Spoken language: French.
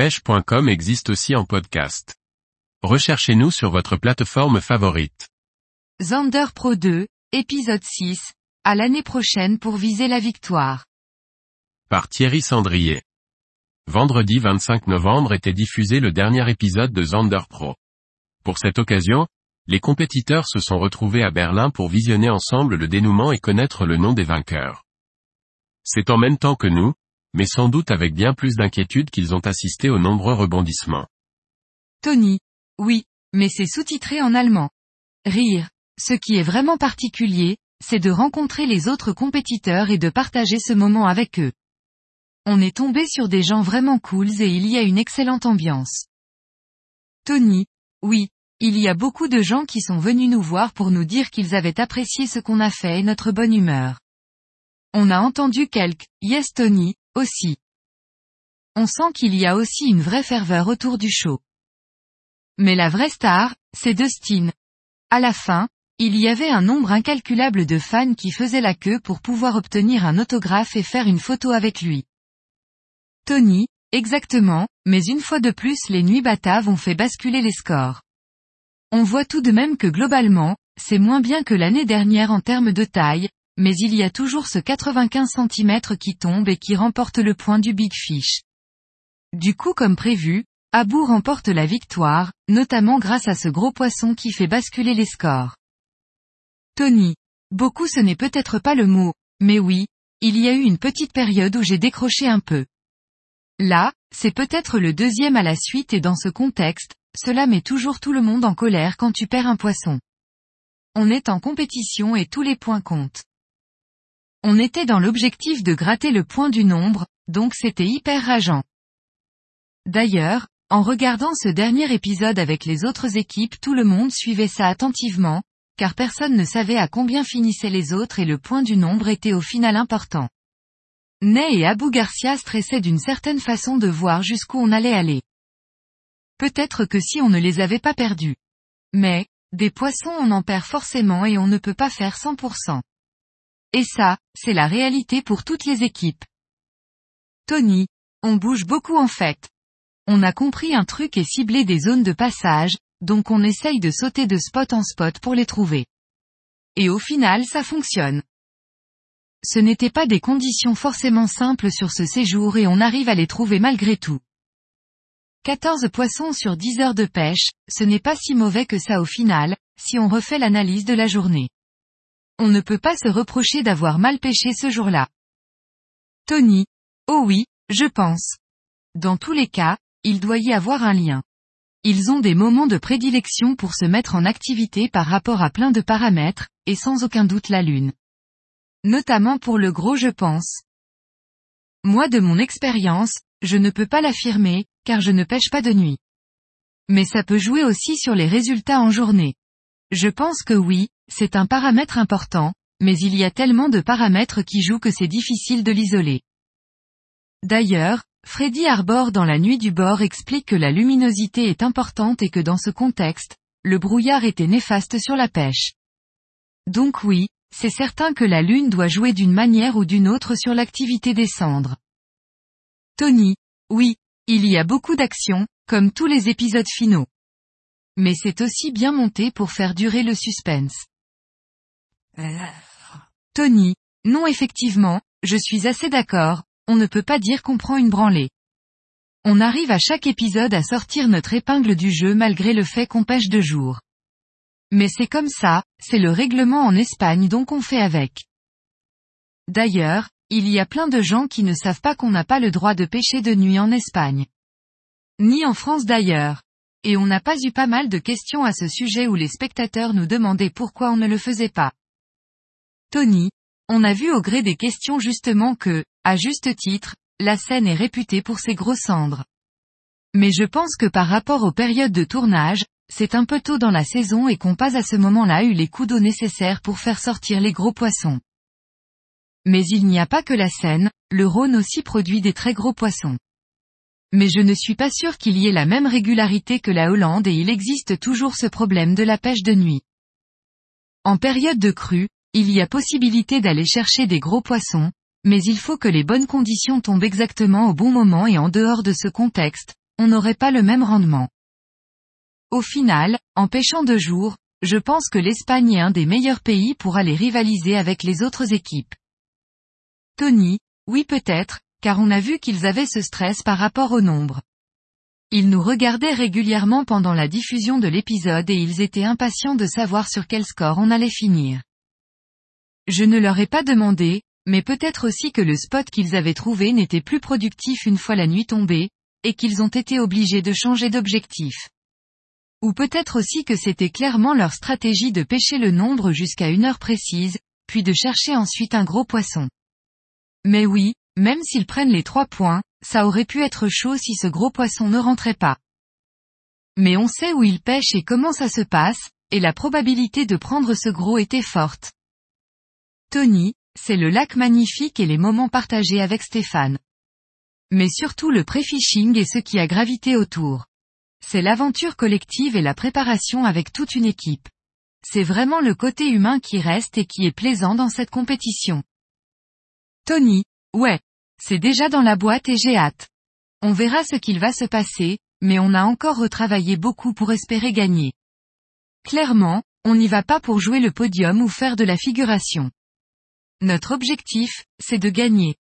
pêche.com existe aussi en podcast. Recherchez-nous sur votre plateforme favorite. Zander Pro 2, épisode 6, à l'année prochaine pour viser la victoire. Par Thierry Sandrier. Vendredi 25 novembre était diffusé le dernier épisode de Zander Pro. Pour cette occasion, les compétiteurs se sont retrouvés à Berlin pour visionner ensemble le dénouement et connaître le nom des vainqueurs. C'est en même temps que nous, mais sans doute avec bien plus d'inquiétude qu'ils ont assisté aux nombreux rebondissements. Tony. Oui, mais c'est sous-titré en allemand. Rire. Ce qui est vraiment particulier, c'est de rencontrer les autres compétiteurs et de partager ce moment avec eux. On est tombé sur des gens vraiment cools et il y a une excellente ambiance. Tony. Oui, il y a beaucoup de gens qui sont venus nous voir pour nous dire qu'ils avaient apprécié ce qu'on a fait et notre bonne humeur. On a entendu quelques « Yes Tony » aussi. On sent qu'il y a aussi une vraie ferveur autour du show. Mais la vraie star, c'est Dustin. À la fin, il y avait un nombre incalculable de fans qui faisaient la queue pour pouvoir obtenir un autographe et faire une photo avec lui. Tony, exactement, mais une fois de plus les nuits bataves ont fait basculer les scores. On voit tout de même que globalement, c'est moins bien que l'année dernière en termes de taille, mais il y a toujours ce 95 cm qui tombe et qui remporte le point du Big Fish. Du coup comme prévu, Abu remporte la victoire, notamment grâce à ce gros poisson qui fait basculer les scores. Tony. Beaucoup ce n'est peut-être pas le mot, mais oui, il y a eu une petite période où j'ai décroché un peu. Là, c'est peut-être le deuxième à la suite et dans ce contexte, cela met toujours tout le monde en colère quand tu perds un poisson. On est en compétition et tous les points comptent. On était dans l'objectif de gratter le point du nombre, donc c'était hyper rageant. D'ailleurs, en regardant ce dernier épisode avec les autres équipes tout le monde suivait ça attentivement, car personne ne savait à combien finissaient les autres et le point du nombre était au final important. Ney et Abu Garcia stressaient d'une certaine façon de voir jusqu'où on allait aller. Peut-être que si on ne les avait pas perdus. Mais, des poissons on en perd forcément et on ne peut pas faire 100%. Et ça, c'est la réalité pour toutes les équipes. Tony. On bouge beaucoup en fait. On a compris un truc et ciblé des zones de passage, donc on essaye de sauter de spot en spot pour les trouver. Et au final ça fonctionne. Ce n'étaient pas des conditions forcément simples sur ce séjour et on arrive à les trouver malgré tout. 14 poissons sur 10 heures de pêche, ce n'est pas si mauvais que ça au final, si on refait l'analyse de la journée. On ne peut pas se reprocher d'avoir mal pêché ce jour-là. Tony. Oh oui, je pense. Dans tous les cas, il doit y avoir un lien. Ils ont des moments de prédilection pour se mettre en activité par rapport à plein de paramètres, et sans aucun doute la lune. Notamment pour le gros je pense. Moi de mon expérience, je ne peux pas l'affirmer, car je ne pêche pas de nuit. Mais ça peut jouer aussi sur les résultats en journée. Je pense que oui, c'est un paramètre important, mais il y a tellement de paramètres qui jouent que c'est difficile de l'isoler. D'ailleurs, Freddy Arbor dans La Nuit du bord explique que la luminosité est importante et que dans ce contexte, le brouillard était néfaste sur la pêche. Donc oui, c'est certain que la lune doit jouer d'une manière ou d'une autre sur l'activité des cendres. Tony. Oui, il y a beaucoup d'action, comme tous les épisodes finaux. Mais c'est aussi bien monté pour faire durer le suspense. Tony. Non effectivement, je suis assez d'accord, on ne peut pas dire qu'on prend une branlée. On arrive à chaque épisode à sortir notre épingle du jeu malgré le fait qu'on pêche de jour. Mais c'est comme ça, c'est le règlement en Espagne donc on fait avec. D'ailleurs, il y a plein de gens qui ne savent pas qu'on n'a pas le droit de pêcher de nuit en Espagne. Ni en France d'ailleurs. Et on n'a pas eu pas mal de questions à ce sujet où les spectateurs nous demandaient pourquoi on ne le faisait pas. Tony. On a vu au gré des questions justement que, à juste titre, la Seine est réputée pour ses gros cendres. Mais je pense que par rapport aux périodes de tournage, c'est un peu tôt dans la saison et qu'on pas à ce moment-là eu les coups d'eau nécessaires pour faire sortir les gros poissons. Mais il n'y a pas que la Seine, le Rhône aussi produit des très gros poissons. Mais je ne suis pas sûr qu'il y ait la même régularité que la Hollande et il existe toujours ce problème de la pêche de nuit. En période de crue, il y a possibilité d'aller chercher des gros poissons, mais il faut que les bonnes conditions tombent exactement au bon moment et en dehors de ce contexte, on n'aurait pas le même rendement. Au final, en pêchant 2 jours, je pense que l'Espagne est un des meilleurs pays pour aller rivaliser avec les autres équipes. Tony, oui peut-être, car on a vu qu'ils avaient ce stress par rapport au nombre. Ils nous regardaient régulièrement pendant la diffusion de l'épisode et ils étaient impatients de savoir sur quel score on allait finir. Je ne leur ai pas demandé, mais peut-être aussi que le spot qu'ils avaient trouvé n'était plus productif une fois la nuit tombée, et qu'ils ont été obligés de changer d'objectif. Ou peut-être aussi que c'était clairement leur stratégie de pêcher le nombre jusqu'à une heure précise, puis de chercher ensuite un gros poisson. Mais oui, même s'ils prennent les 3 points, ça aurait pu être chaud si ce gros poisson ne rentrait pas. Mais on sait où ils pêchent et comment ça se passe, et la probabilité de prendre ce gros était forte. Tony, c'est le lac magnifique et les moments partagés avec Stéphane. Mais surtout le pré-fishing et ce qui a gravité autour. C'est l'aventure collective et la préparation avec toute une équipe. C'est vraiment le côté humain qui reste et qui est plaisant dans cette compétition. Tony, ouais. C'est déjà dans la boîte et j'ai hâte. On verra ce qu'il va se passer, mais on a encore retravaillé beaucoup pour espérer gagner. Clairement, on n'y va pas pour jouer le podium ou faire de la figuration. Notre objectif, c'est de gagner.